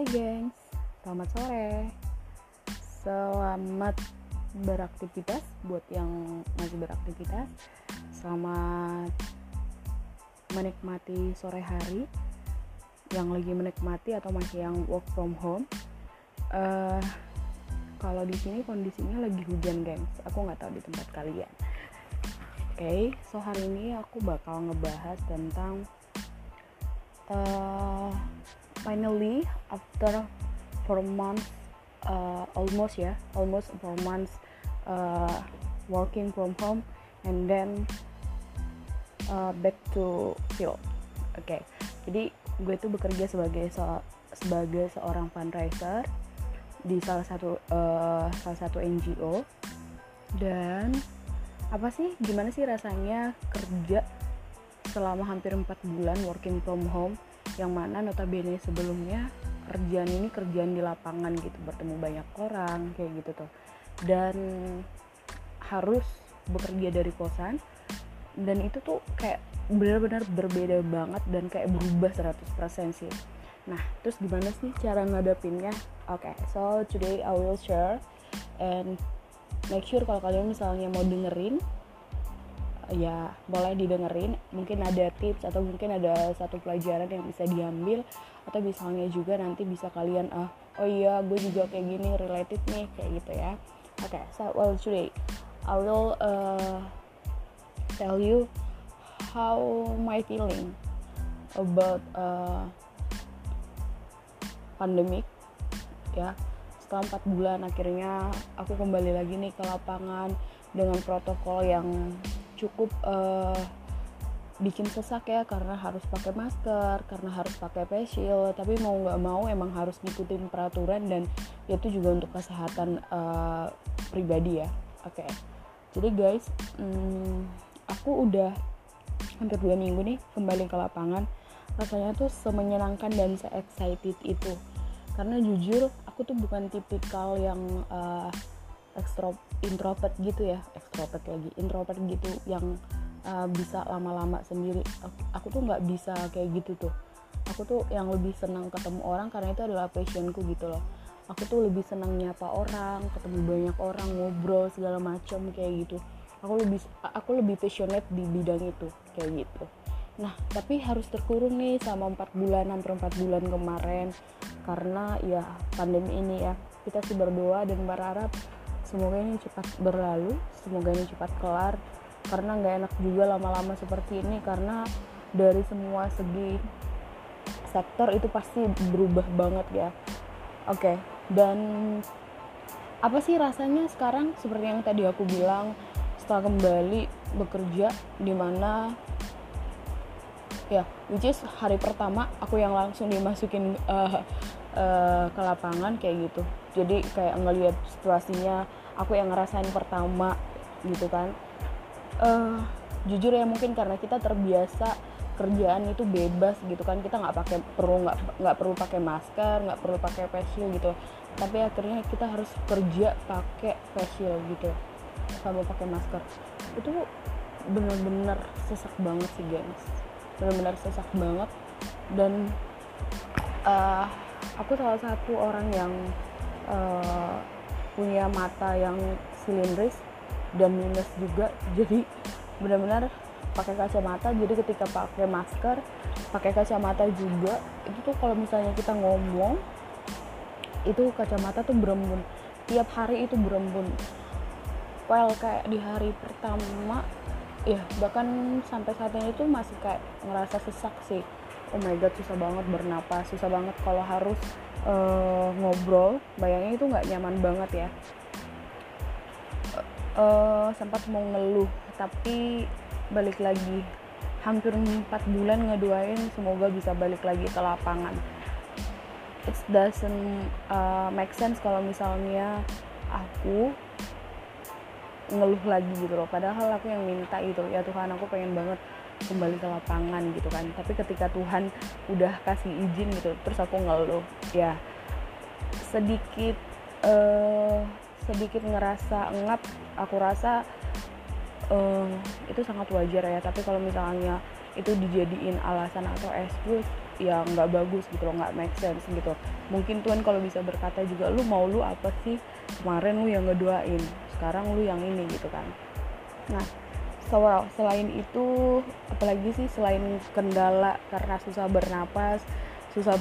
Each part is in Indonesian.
gengs, selamat sore. Selamat beraktivitas buat yang masih beraktivitas. Selamat menikmati sore hari yang lagi menikmati atau masih yang work from home. Kalau di sini kondisinya lagi hujan, gengs. Aku nggak tahu di tempat kalian. Oke, so hari ini aku bakal ngebahas tentang finally after 4 months, almost 4 months working from home and then back to field. Oke, jadi gue tuh bekerja sebagai seorang fundraiser di salah satu NGO. Dan gimana sih rasanya kerja selama hampir 4 bulan working from home, yang mana notabene sebelumnya kerjaan di lapangan gitu, bertemu banyak orang kayak gitu tuh, dan harus bekerja dari kosan, dan itu tuh kayak benar-benar berbeda banget dan kayak berubah 100% sih. Nah, terus gimana sih cara ngadepinnya? Oke, so today I will share and make sure kalau kalian misalnya mau dengerin, ya boleh didengerin, mungkin ada tips atau mungkin ada satu pelajaran yang bisa diambil, atau misalnya juga nanti bisa kalian oh iya gue juga kayak gini, related nih kayak gitu ya. Oke, so today I will tell you how my feeling about pandemic ya. Setelah 4 bulan akhirnya aku kembali lagi nih ke lapangan dengan protokol yang cukup bikin sesak ya, karena harus pakai masker, karena harus pakai face shield, tapi mau nggak mau emang harus ngikutin peraturan, dan itu juga untuk kesehatan pribadi ya. Oke. Jadi guys, aku udah hampir 2 minggu nih kembali ke lapangan. Rasanya tuh semenyenangkan dan se-excited itu, karena jujur aku tuh bukan tipikal yang introvert gitu yang bisa lama-lama sendiri. Aku tuh nggak bisa kayak gitu tuh. Aku tuh yang lebih senang ketemu orang, karena itu adalah passionku gitu loh. Aku tuh lebih senang nyapa orang, ketemu banyak orang, ngobrol segala macam kayak gitu. Aku lebih passionate di bidang itu kayak gitu. Nah, tapi harus terkurung nih sama 4 bulan, hampir 4 bulan kemarin, karena ya pandemi ini ya. Kita sih berdoa dan berharap semoga ini cepat berlalu, semoga ini cepat kelar, karena nggak enak juga lama-lama seperti ini, karena dari semua segi sektor itu pasti berubah banget ya. Oke, dan apa sih rasanya sekarang? Seperti yang tadi aku bilang, setelah kembali bekerja, dimana ya, which is hari pertama aku yang langsung dimasukin ke lapangan kayak gitu. Jadi kayak ngelihat situasinya, aku yang ngerasain pertama gitu kan. Jujur ya, mungkin karena kita terbiasa kerjaan itu bebas gitu kan, kita nggak perlu pakai masker, nggak perlu pakai face shield gitu. Tapi akhirnya kita harus kerja pakai face shield gitu sama pakai masker. Itu benar-benar sesak banget sih gengs, benar-benar sesak banget. Dan aku salah satu orang yang punya mata yang silindris dan minus juga, jadi benar-benar pakai kacamata. Jadi ketika pakai masker, pakai kacamata juga, itu tuh kalau misalnya kita ngomong, itu kacamata tuh berembun, tiap hari itu berembun. Well, kayak di hari pertama ya, bahkan sampai saat ini tuh masih kayak ngerasa sesak sih. Oh my god, susah banget bernapas, susah banget kalau harus ngobrol, bayangnya itu nggak nyaman banget ya. Sempat mau ngeluh, tapi balik lagi, hampir 4 bulan ngedoain semoga bisa balik lagi ke lapangan. It doesn't make sense kalau misalnya aku ngeluh lagi gitu loh, padahal aku yang minta gitu ya, Tuhan aku pengen banget kembali ke lapangan gitu kan. Tapi ketika Tuhan udah kasih izin gitu, terus aku ngeluh ya, sedikit ngerasa ngap. Aku rasa itu sangat wajar ya. Tapi kalau misalnya itu dijadiin alasan atau excuse, ya nggak bagus gitu loh, nggak make sense gitu. Mungkin Tuhan kalau bisa berkata juga, lu apa sih, kemarin lu yang ngedoain, sekarang lu yang ini gitu kan. Nah, selain itu apalagi sih selain kendala karena susah bernapas, susah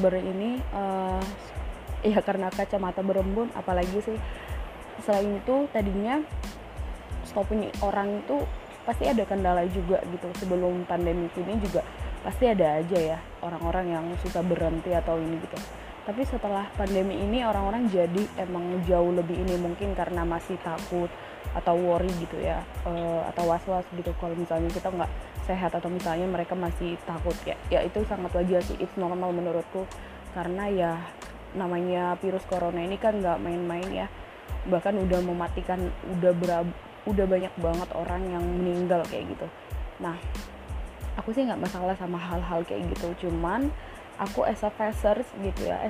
ya karena kacamata berembun, apalagi sih selain itu tadinya stopping orang itu pasti ada kendala juga gitu. Sebelum pandemi ini juga pasti ada aja ya orang-orang yang susah berhenti atau ini gitu. Tapi setelah pandemi ini orang-orang jadi emang jauh lebih ini, mungkin karena masih takut atau worry gitu ya, atau was-was gitu kalau misalnya kita nggak sehat, atau misalnya mereka masih takut ya itu sangat wajar sih, it's normal menurutku. Karena ya namanya virus corona ini kan nggak main-main ya, bahkan udah mematikan, udah banyak banget orang yang meninggal kayak gitu. Nah, aku sih nggak masalah sama hal-hal kayak gitu, cuman aku as a facer gitu ya,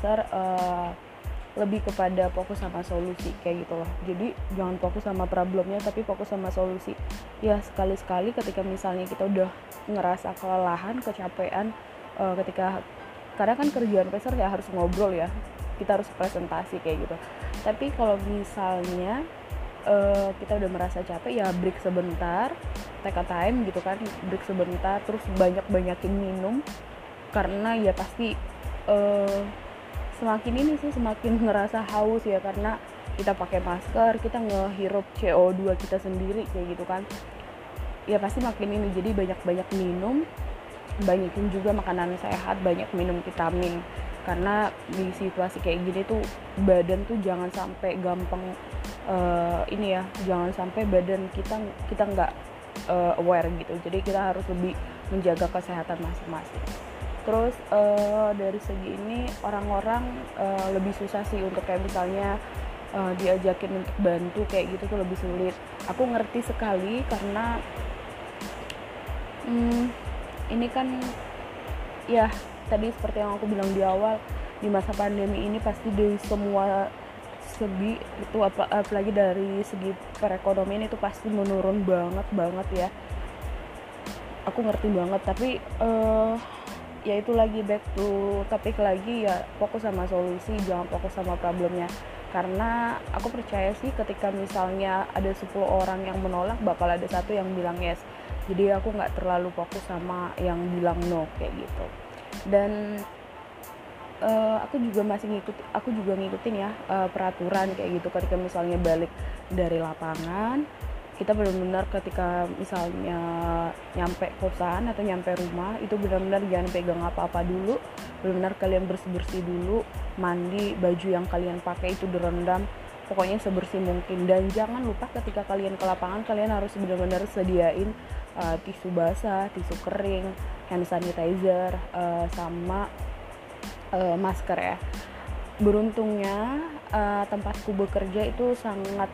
lebih kepada fokus sama solusi kayak gitu loh. Jadi jangan fokus sama problemnya, tapi fokus sama solusi. Ya sekali-sekali ketika misalnya kita udah ngerasa kelelahan, kecapean, karena kan kerjaan facer ya harus ngobrol ya, kita harus presentasi kayak gitu. Tapi kalau misalnya kita udah merasa capek, ya break sebentar, take a time gitu kan, break sebentar, terus banyakin minum. Karena ya pasti semakin ngerasa haus ya, karena kita pakai masker, kita ngehirup CO2 kita sendiri kayak gitu kan, ya pasti makin ini. Jadi banyak minum, banyakin juga makanan sehat, banyak minum vitamin. Karena di situasi kayak gini tuh badan tuh jangan sampai gampang jangan sampai badan kita nggak aware gitu. Jadi kita harus lebih menjaga kesehatan masing-masing. Terus dari segi ini orang-orang lebih susah sih untuk kayak misalnya diajakin untuk bantu kayak gitu tuh lebih sulit. Aku ngerti sekali karena ini kan ya tadi seperti yang aku bilang di awal, di masa pandemi ini pasti dari semua segi itu, apalagi dari segi perekonomian itu pasti menurun banget ya. Aku ngerti banget, tapi ya itu lagi back to topik lagi ya, fokus sama solusi, jangan fokus sama problemnya. Karena aku percaya sih ketika misalnya ada 10 orang yang menolak, bakal ada satu yang bilang yes. Jadi aku nggak terlalu fokus sama yang bilang no kayak gitu. Dan aku juga ngikutin ya peraturan kayak gitu. Ketika misalnya balik dari lapangan, kita benar-benar ketika misalnya nyampe kosan atau nyampe rumah, itu benar-benar jangan pegang apa-apa dulu, benar-benar kalian bersih-bersih dulu, mandi, baju yang kalian pakai itu direndam, pokoknya sebersih mungkin. Dan jangan lupa ketika kalian ke lapangan, kalian harus benar-benar sediain tisu basah, tisu kering, hand sanitizer, sama masker ya. Beruntungnya tempatku bekerja itu sangat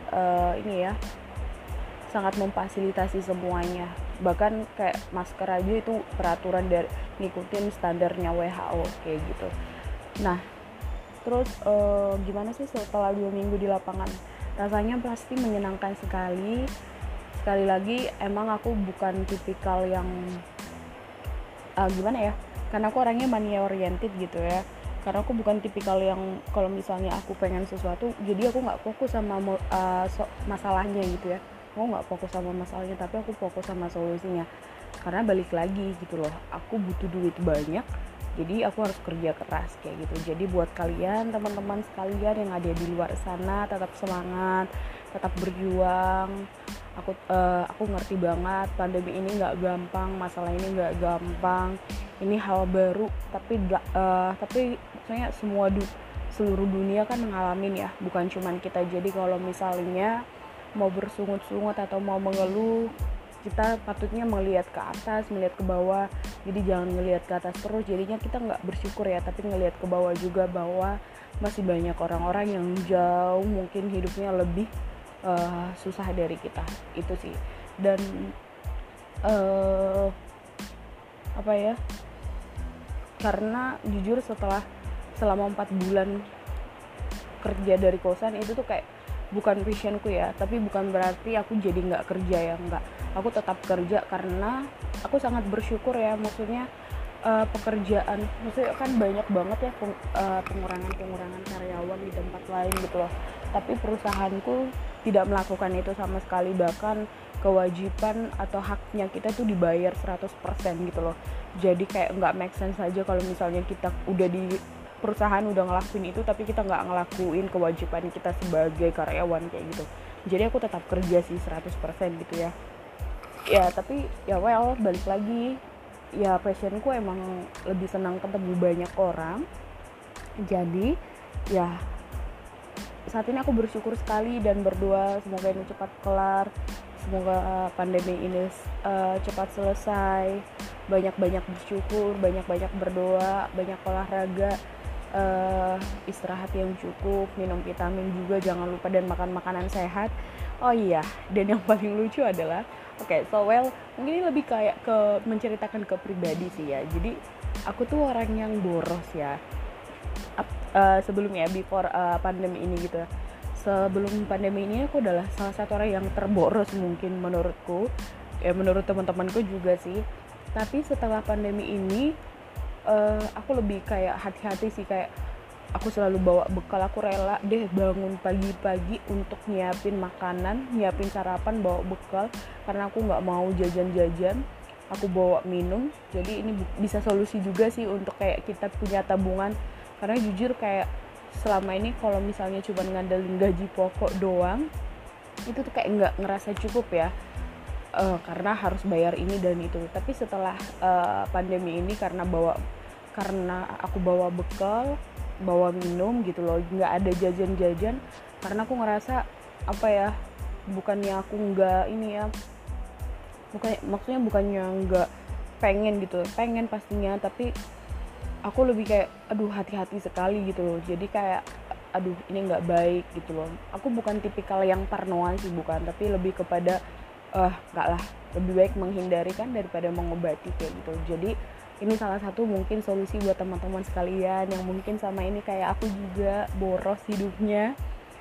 sangat memfasilitasi semuanya. Bahkan kayak masker aja itu peraturan dari ngikutin standarnya WHO kayak gitu. Nah, terus gimana sih setelah 2 minggu di lapangan? Rasanya pasti menyenangkan sekali. Sekali lagi emang aku bukan tipikal yang gimana ya? Karena aku orangnya money oriented gitu ya. Karena aku bukan tipikal yang kalau misalnya aku pengen sesuatu, jadi aku nggak fokus sama masalahnya gitu ya. Aku nggak fokus sama masalahnya, tapi aku fokus sama solusinya. Karena balik lagi gitu loh, aku butuh duit banyak, jadi aku harus kerja keras kayak gitu. Jadi buat kalian teman-teman sekalian yang ada di luar sana, tetap semangat, tetap berjuang. Aku ngerti banget pandemi ini nggak gampang, masalah ini nggak gampang, ini hal baru, tapi maksudnya seluruh dunia kan ngalamin ya, bukan cuman kita. Jadi kalau misalnya mau bersungut-sungut atau mau mengeluh, kita patutnya melihat ke atas, melihat ke bawah. Jadi jangan ngelihat ke atas terus, jadinya kita nggak bersyukur ya, tapi ngelihat ke bawah juga, bahwa masih banyak orang-orang yang jauh mungkin hidupnya lebih susah dari kita. Itu sih. Dan karena jujur selama 4 bulan kerja dari kosan itu tuh kayak bukan passionku ya, tapi bukan berarti aku jadi nggak kerja ya, nggak. aku tetap kerja karena aku sangat bersyukur ya, maksudnya pekerjaan, maksudnya kan banyak banget ya pengurangan karyawan di tempat lain gitu loh, tapi perusahaanku tidak melakukan itu sama sekali, bahkan kewajiban atau haknya kita tuh dibayar 100% gitu loh. Jadi kayak nggak make sense aja kalau misalnya kita udah di perusahaan udah ngelakuin itu tapi kita nggak ngelakuin kewajiban kita sebagai karyawan kayak gitu. Jadi aku tetap kerja sih 100% gitu ya. Ya tapi ya balik lagi, ya passionku emang lebih senang ketemu banyak orang. Jadi ya saat ini aku bersyukur sekali dan berdoa semoga ini cepat kelar, semoga pandemi ini cepat selesai. Banyak-banyak bersyukur, banyak-banyak berdoa, banyak olahraga, istirahat yang cukup, minum vitamin juga jangan lupa, dan makan makanan sehat. Oh iya, dan yang paling lucu adalah mungkin ini lebih kayak ke menceritakan ke pribadi sih ya. Jadi aku tuh orang yang boros ya. Sebelumnya before pandemi ini gitu. Sebelum pandemi ini aku adalah salah satu orang yang terboros mungkin menurutku. Ya menurut teman-temanku juga sih. Tapi setelah pandemi ini aku lebih kayak hati-hati sih, kayak aku selalu bawa bekal, aku rela deh bangun pagi-pagi untuk nyiapin makanan, nyiapin sarapan, bawa bekal karena aku nggak mau jajan-jajan, aku bawa minum. Jadi ini bisa solusi juga sih untuk kayak kita punya tabungan, karena jujur kayak selama ini kalau misalnya cuma ngandelin gaji pokok doang itu tuh kayak nggak ngerasa cukup ya, karena harus bayar ini dan itu. Tapi setelah pandemi ini karena aku bawa bekal, bawa minum gitu loh, nggak ada jajan-jajan, karena aku ngerasa bukannya aku nggak ini ya, maksudnya bukannya nggak pengen gitu, pengen pastinya, tapi aku lebih kayak hati-hati sekali gitu loh. Jadi kayak ini nggak baik gitu loh. Aku bukan tipikal yang parnoan sih, bukan, tapi lebih kepada nggak lah, lebih baik menghindari kan daripada mengobati kayak gitu. Jadi ini salah satu mungkin solusi buat teman-teman sekalian yang mungkin sama ini kayak aku juga boros hidupnya.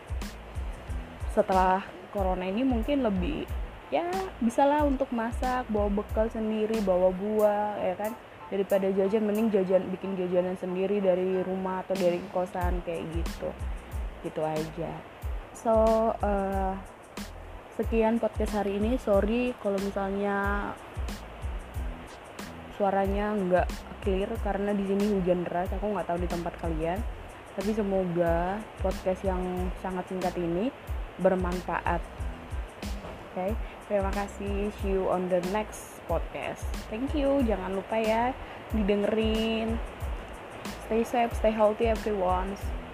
Setelah corona ini mungkin lebih ya bisalah untuk masak, bawa bekal sendiri, bawa buah ya kan, daripada jajan, mending bikin jajanan sendiri dari rumah atau dari kosan kayak gitu aja. Sekian podcast hari ini. Sorry kalau misalnya suaranya nggak clear karena di sini hujan deras. Aku nggak tahu di tempat kalian, tapi semoga podcast yang sangat singkat ini bermanfaat. Okay? Terima kasih. See you on the next podcast. Thank you. Jangan lupa ya didengerin. Stay safe, stay healthy everyone.